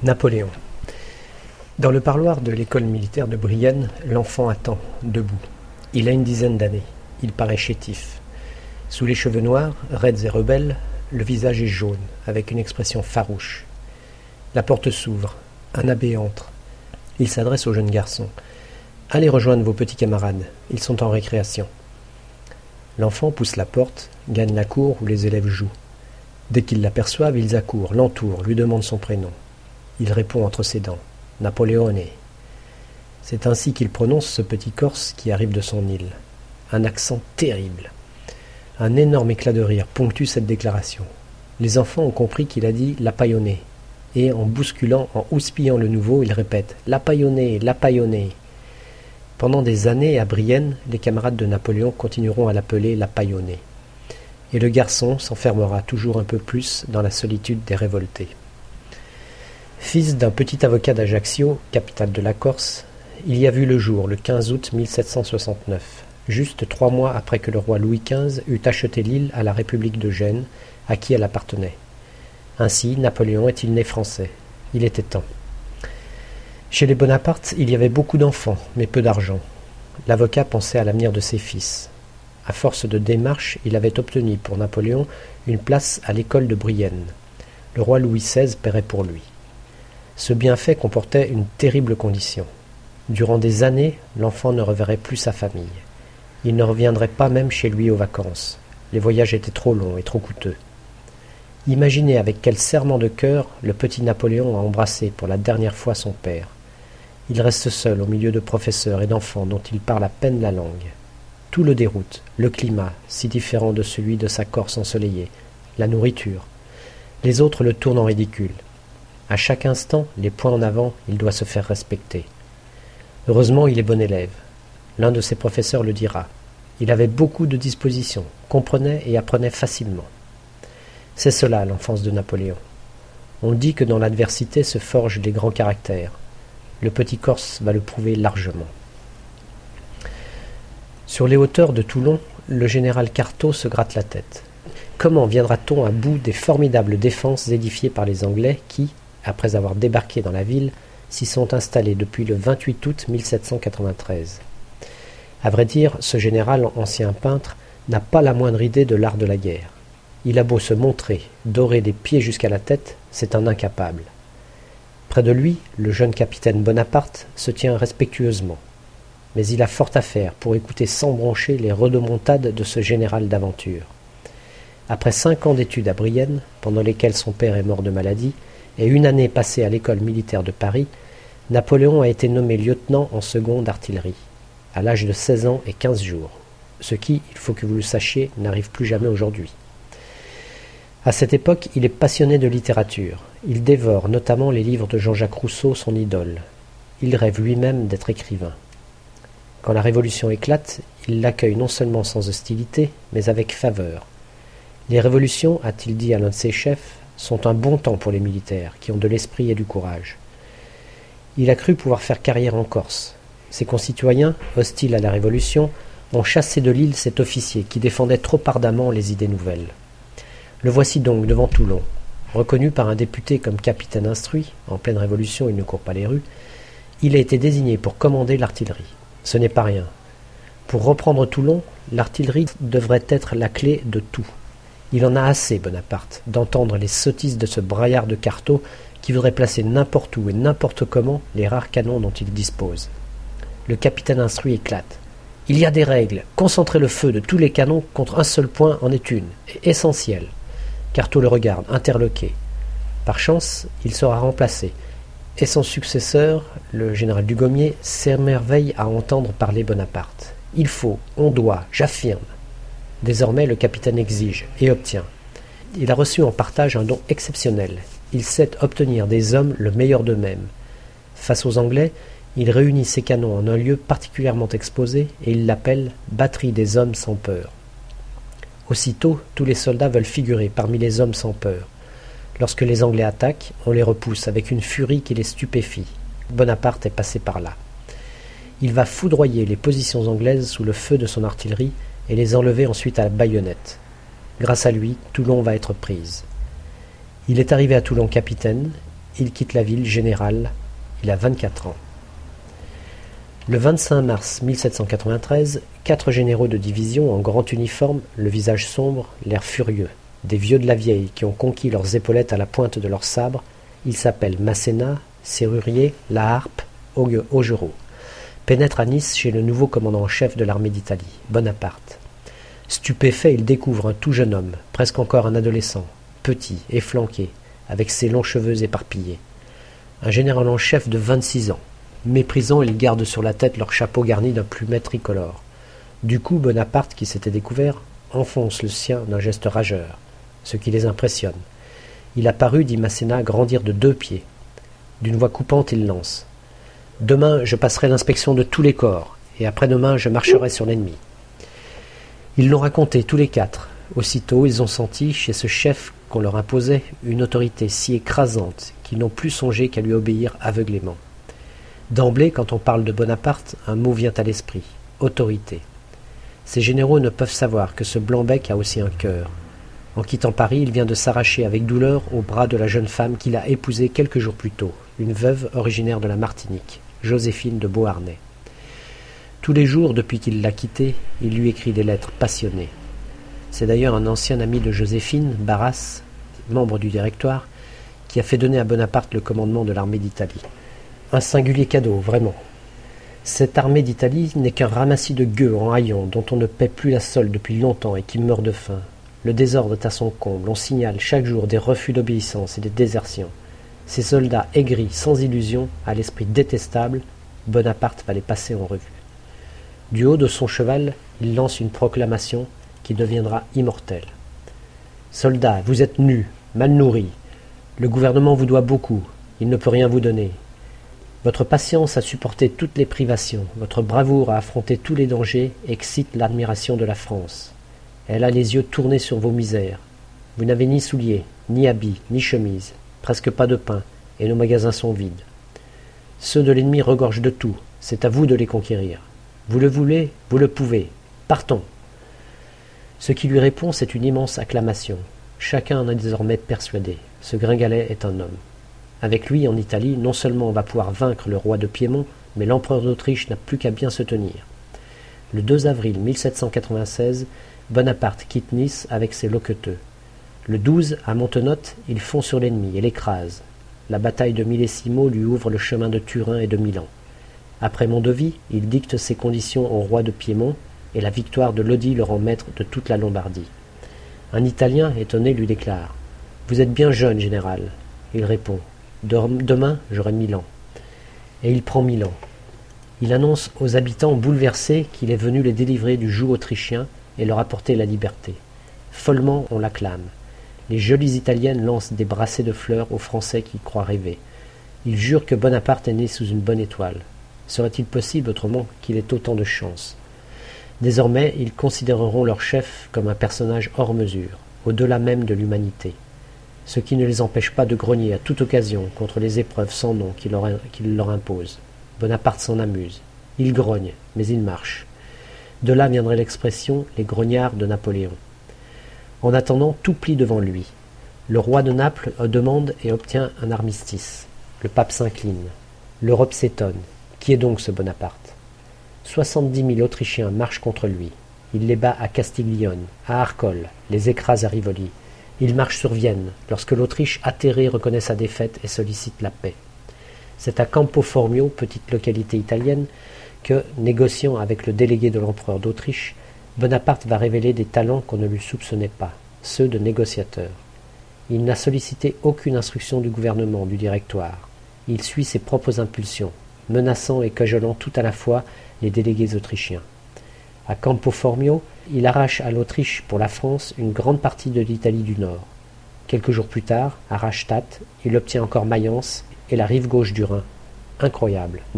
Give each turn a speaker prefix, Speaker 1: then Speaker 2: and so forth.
Speaker 1: Napoléon. Dans le parloir de l'école militaire de Brienne, l'enfant attend, debout. Il a une dizaine d'années. Il paraît chétif. Sous les cheveux noirs, raides et rebelles, le visage est jaune, avec une expression farouche. La porte s'ouvre. Un abbé entre. Il s'adresse au jeune garçon. « Allez rejoindre vos petits camarades. Ils sont en récréation. » L'enfant pousse la porte, gagne la cour où les élèves jouent. Dès qu'ils l'aperçoivent, ils accourent, l'entourent, lui demandent son prénom. Il répond entre ses dents. « Napoleone ». C'est ainsi qu'il prononce ce petit Corse qui arrive de son île. Un accent terrible. Un énorme éclat de rire ponctue cette déclaration. Les enfants ont compris qu'il a dit « Lapaione » et en bousculant, en houspillant le nouveau, il répète « Lapaione, Lapaione ». Pendant des années, à Brienne, les camarades de Napoléon continueront à l'appeler Lapaione. Et le garçon s'enfermera toujours un peu plus dans la solitude des révoltés. Fils d'un petit avocat d'Ajaccio, capitale de la Corse, il y a vu le jour le 15 août 1769, juste 3 mois après que le roi Louis XV eut acheté l'île à la République de Gênes, à qui elle appartenait. Ainsi, Napoléon est-il né français. Il était temps. Chez les Bonaparte, il y avait beaucoup d'enfants, mais peu d'argent. L'avocat pensait à l'avenir de ses fils. À force de démarches, il avait obtenu pour Napoléon une place à l'école de Brienne. Le roi Louis XVI paierait pour lui. Ce bienfait comportait une terrible condition. Durant des années, l'enfant ne reverrait plus sa famille. Il ne reviendrait pas même chez lui aux vacances. Les voyages étaient trop longs et trop coûteux. Imaginez avec quel serrement de cœur le petit Napoléon a embrassé pour la dernière fois son père. Il reste seul au milieu de professeurs et d'enfants dont il parle à peine la langue. Tout le déroute, le climat, si différent de celui de sa Corse ensoleillée, la nourriture. Les autres le tournent en ridicule. À chaque instant, les points en avant, il doit se faire respecter. Heureusement, il est bon élève. L'un de ses professeurs le dira. Il avait beaucoup de disposition, comprenait et apprenait facilement. C'est cela, l'enfance de Napoléon. On dit que dans l'adversité se forgent les grands caractères. Le petit Corse va le prouver largement. Sur les hauteurs de Toulon, le général Cartaux se gratte la tête. Comment viendra-t-on à bout des formidables défenses édifiées par les Anglais qui, après avoir débarqué dans la ville, s'y sont installés depuis le 28 août 1793. À vrai dire, ce général ancien peintre n'a pas la moindre idée de l'art de la guerre. Il a beau se montrer, doré des pieds jusqu'à la tête, c'est un incapable. Près de lui, le jeune capitaine Bonaparte se tient respectueusement. Mais il a fort à faire pour écouter sans broncher les rodomontades de ce général d'aventure. Après 5 ans d'études à Brienne, pendant lesquelles son père est mort de maladie, et 1 année passée à l'école militaire de Paris, Napoléon a été nommé lieutenant en seconde d'artillerie, à l'âge de 16 ans et 15 jours, ce qui, il faut que vous le sachiez, n'arrive plus jamais aujourd'hui. À cette époque, il est passionné de littérature. Il dévore notamment les livres de Jean-Jacques Rousseau, son idole. Il rêve lui-même d'être écrivain. Quand la Révolution éclate, il l'accueille non seulement sans hostilité, mais avec faveur. Les révolutions, a-t-il dit à l'un de ses chefs, sont un bon temps pour les militaires, qui ont de l'esprit et du courage. Il a cru pouvoir faire carrière en Corse. Ses concitoyens, hostiles à la Révolution, ont chassé de l'île cet officier qui défendait trop ardemment les idées nouvelles. Le voici donc devant Toulon. Reconnu par un député comme capitaine instruit, en pleine Révolution il ne court pas les rues, il a été désigné pour commander l'artillerie. Ce n'est pas rien. Pour reprendre Toulon, l'artillerie devrait être la clé de tout. Il en a assez, Bonaparte, d'entendre les sottises de ce braillard de Cartaux qui voudrait placer n'importe où et n'importe comment les rares canons dont il dispose. Le capitaine instruit éclate. Il y a des règles. Concentrer le feu de tous les canons contre un seul point en est une, et essentielle. Cartaux le regarde, interloqué. Par chance, il sera remplacé, et son successeur, le général Dugommier, s'émerveille à entendre parler Bonaparte. Il faut, on doit, j'affirme. Désormais, le capitaine exige, et obtient. Il a reçu en partage un don exceptionnel. Il sait obtenir des hommes le meilleur d'eux-mêmes. Face aux Anglais, il réunit ses canons en un lieu particulièrement exposé, et il l'appelle « batterie des hommes sans peur ». Aussitôt, tous les soldats veulent figurer parmi les hommes sans peur. Lorsque les Anglais attaquent, on les repousse avec une furie qui les stupéfie. Bonaparte est passé par là. Il va foudroyer les positions anglaises sous le feu de son artillerie et les enlever ensuite à la baïonnette. Grâce à lui, Toulon va être prise. Il est arrivé à Toulon capitaine, il quitte la ville général. Il a 24 ans. Le 25 mars 1793, 4 généraux de division en grand uniforme, le visage sombre, l'air furieux, des vieux de la vieille qui ont conquis leurs épaulettes à la pointe de leurs sabres, ils s'appellent Masséna, Serrurier, Laharpe, Augereau, pénètrent à Nice chez le nouveau commandant en chef de l'armée d'Italie, Bonaparte. Stupéfait, il découvre un tout jeune homme, presque encore un adolescent, petit, efflanqué, avec ses longs cheveux éparpillés. Un général en chef de 26 ans. Méprisant, ils gardent sur la tête leur chapeau garni d'un plumet tricolore. Du coup, Bonaparte, qui s'était découvert, enfonce le sien d'un geste rageur, ce qui les impressionne. Il a paru, dit Masséna, grandir de 2 pieds. D'une voix coupante, il lance. « Demain, je passerai l'inspection de tous les corps, et après-demain, je marcherai sur l'ennemi. » Ils l'ont raconté tous les 4. Aussitôt, ils ont senti, chez ce chef qu'on leur imposait, une autorité si écrasante qu'ils n'ont plus songé qu'à lui obéir aveuglément. D'emblée, quand on parle de Bonaparte, un mot vient à l'esprit, autorité. Ces généraux ne peuvent savoir que ce blanc-bec a aussi un cœur. En quittant Paris, il vient de s'arracher avec douleur au bras de la jeune femme qu'il a épousée quelques jours plus tôt, une veuve originaire de la Martinique, Joséphine de Beauharnais. Tous les jours, depuis qu'il l'a quittée, il lui écrit des lettres passionnées. C'est d'ailleurs un ancien ami de Joséphine, Barras, membre du Directoire, qui a fait donner à Bonaparte le commandement de l'armée d'Italie. Un singulier cadeau, vraiment. Cette armée d'Italie n'est qu'un ramassis de gueux en haillons dont on ne paie plus la solde depuis longtemps et qui meurt de faim. Le désordre est à son comble, on signale chaque jour des refus d'obéissance et des désertions. Ces soldats aigris, sans illusion, à l'esprit détestable, Bonaparte va les passer en revue. Du haut de son cheval, il lance une proclamation qui deviendra immortelle. « Soldats, vous êtes nus, mal nourris. Le gouvernement vous doit beaucoup, il ne peut rien vous donner. Votre patience à supporter toutes les privations, votre bravoure à affronter tous les dangers excite l'admiration de la France. Elle a les yeux tournés sur vos misères. Vous n'avez ni souliers, ni habits, ni chemise, presque pas de pain, et nos magasins sont vides. Ceux de l'ennemi regorgent de tout, c'est à vous de les conquérir. Vous le voulez, vous le pouvez. Partons !» Ce qui lui répond, c'est une immense acclamation. Chacun en est désormais persuadé. Ce Gringalet est un homme. Avec lui, en Italie, non seulement on va pouvoir vaincre le roi de Piémont, mais l'empereur d'Autriche n'a plus qu'à bien se tenir. Le 2 avril 1796, Bonaparte quitte Nice avec ses loqueteux. Le 12, à Montenotte, il fond sur l'ennemi et l'écrase. La bataille de Millesimo lui ouvre le chemin de Turin et de Milan. Après Mondovì, il dicte ses conditions au roi de Piémont, et la victoire de Lodi le rend maître de toute la Lombardie. Un Italien, étonné, lui déclare « Vous êtes bien jeune, général. » Il répond « Demain, j'aurai Milan. » Et il prend Milan. Il annonce aux habitants bouleversés qu'il est venu les délivrer du joug autrichien et leur apporter la liberté. Follement, on l'acclame. Les jolies Italiennes lancent des brassées de fleurs aux Français qui croient rêver. Ils jurent que Bonaparte est né sous une bonne étoile. Serait-il possible autrement qu'il ait autant de chance ? Désormais, ils considéreront leur chef comme un personnage hors mesure, au-delà même de l'humanité. Ce qui ne les empêche pas de grogner à toute occasion contre les épreuves sans nom qu'il leur impose. Bonaparte s'en amuse. Il grogne, mais il marche. De là viendrait l'expression « les grognards de Napoléon ». En attendant, tout plie devant lui. Le roi de Naples demande et obtient un armistice. Le pape s'incline. L'Europe s'étonne. Qui est donc ce Bonaparte ? 70 000 Autrichiens marchent contre lui. Il les bat à Castiglione, à Arcole, les écrase à Rivoli. Il marche sur Vienne, lorsque l'Autriche, atterrée, reconnaît sa défaite et sollicite la paix. C'est à Campo Formio, petite localité italienne, que, négociant avec le délégué de l'empereur d'Autriche, Bonaparte va révéler des talents qu'on ne lui soupçonnait pas, ceux de négociateur. Il n'a sollicité aucune instruction du gouvernement, du directoire. Il suit ses propres impulsions, menaçant et cajolant tout à la fois les délégués autrichiens. À Campo Formio, il arrache à l'Autriche pour la France une grande partie de l'Italie du Nord. Quelques jours plus tard, à Rastatt, il obtient encore Mayence et la rive gauche du Rhin. Incroyable, non ?